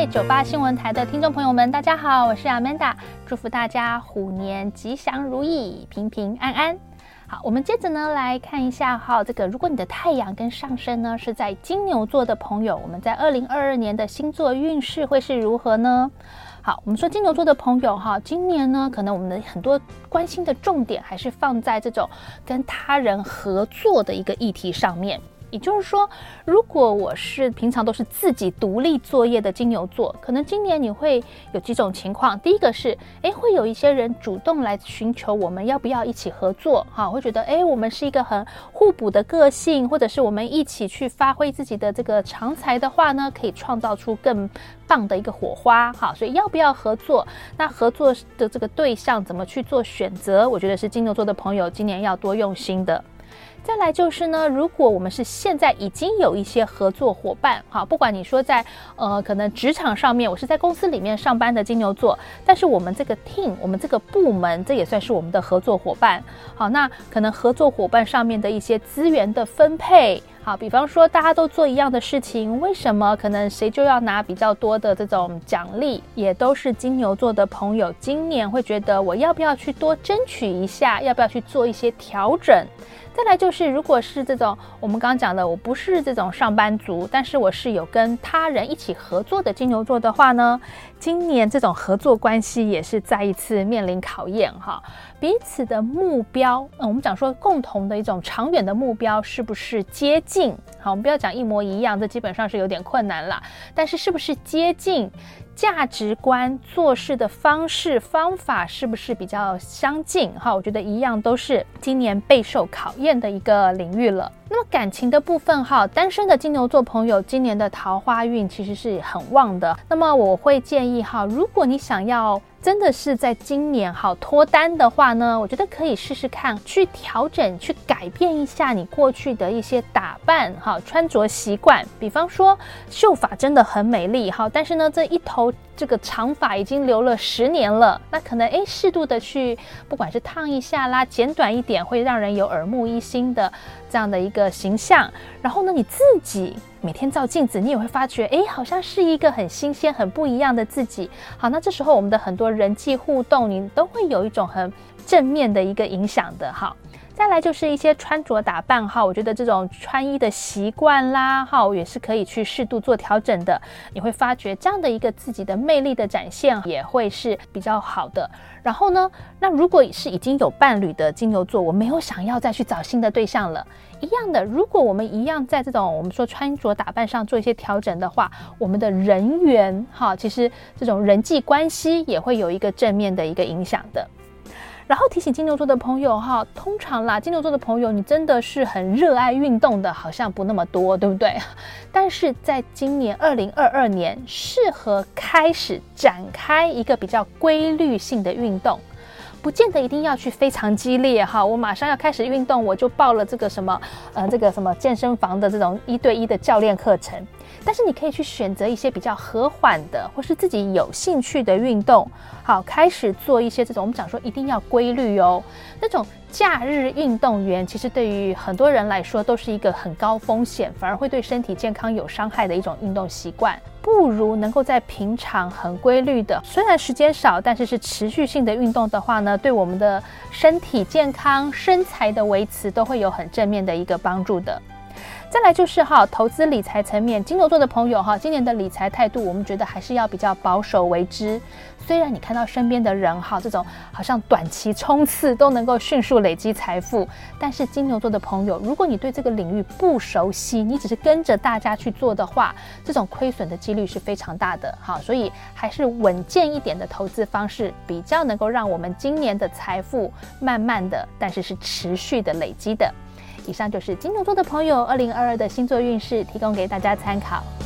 98新闻台的听众朋友们，大家好，我是 Amanda， 祝福大家虎年吉祥如意，平平安安。好，我们接着呢来看一下如果你的太阳跟上升呢是在金牛座的朋友，我们在2022年的星座运势会是如何呢？好，我们说金牛座的朋友今年呢，可能我们的很多关心的重点还是放在这种跟他人合作的一个议题上面。也就是说，如果我是平常都是自己独立作业的金牛座，可能今年你会有几种情况。第一个是会有一些人主动来寻求我们要不要一起合作，会觉得我们是一个很互补的个性，或者是我们一起去发挥自己的这个长才的话呢，可以创造出更棒的一个火花。所以要不要合作，那合作的这个对象怎么去做选择，我觉得是金牛座的朋友今年要多用心的。再来就是呢，如果我们是现在已经有一些合作伙伴，不管你说在可能职场上面，我是在公司里面上班的金牛座，但是我们这个 team， 我们这个部门，这也算是我们的合作伙伴。好，那可能合作伙伴上面的一些资源的分配，好，比方说大家都做一样的事情，为什么可能谁就要拿比较多的这种奖励，也都是金牛座的朋友今年会觉得我要不要去多争取一下，要不要去做一些调整。再来就是，如果是这种我们刚刚讲的，我不是这种上班族，但是我是有跟他人一起合作的金牛座的话呢，今年这种合作关系也是再一次面临考验彼此的目标，我们讲说共同的一种长远的目标是不是接近？好，我们不要讲一模一样，这基本上是有点困难啦。但是是不是接近？价值观、做事的方式、方法是不是比较相近？我觉得一样都是今年备受考验的一个领域了。那么感情的部分单身的金牛座朋友今年的桃花运其实是很旺的。那么我会建议如果你想要真的是在今年脱单的话呢，我觉得可以试试看去调整、去改变一下你过去的一些打扮穿着习惯。比方说秀发真的很美丽但是呢这一头这个长发已经留了10年了，那可能适度的去不管是烫一下啦，剪短一点，会让人有耳目一新的这样的一个形象。然后呢你自己每天照镜子，你也会发觉好像是一个很新鲜很不一样的自己。好，那这时候我们的很多人际互动你都会有一种很正面的一个影响的。好，再来就是一些穿着打扮我觉得这种穿衣的习惯啦也是可以去适度做调整的。你会发觉这样的一个自己的魅力的展现也会是比较好的。然后呢，那如果是已经有伴侣的金牛座，我没有想要再去找新的对象了，一样的，如果我们一样在这种我们说穿着打扮上做一些调整的话，我们的人缘其实这种人际关系也会有一个正面的一个影响的。然后提醒金牛座的朋友通常啦，金牛座的朋友你真的是很热爱运动的好像不那么多，对不对？但是在今年2022年适合开始展开一个比较规律性的运动，不见得一定要去非常激烈我马上要开始运动，我就报了这个什么健身房的这种1对1的教练课程。但是你可以去选择一些比较和缓的或是自己有兴趣的运动，好，开始做一些这种我们讲说一定要规律那种假日运动员其实对于很多人来说都是一个很高风险，反而会对身体健康有伤害的一种运动习惯。不如能够在平常很规律的，虽然时间少，但是是持续性的运动的话呢，对我们的身体健康、身材的维持都会有很正面的一个帮助的。再来就是投资理财层面，金牛座的朋友今年的理财态度我们觉得还是要比较保守为之。虽然你看到身边的人这种好像短期冲刺都能够迅速累积财富，但是金牛座的朋友，如果你对这个领域不熟悉，你只是跟着大家去做的话，这种亏损的几率是非常大的。所以还是稳健一点的投资方式比较能够让我们今年的财富慢慢的但是持续的累积的。以上就是金牛座的朋友2022的星座运势，提供给大家参考。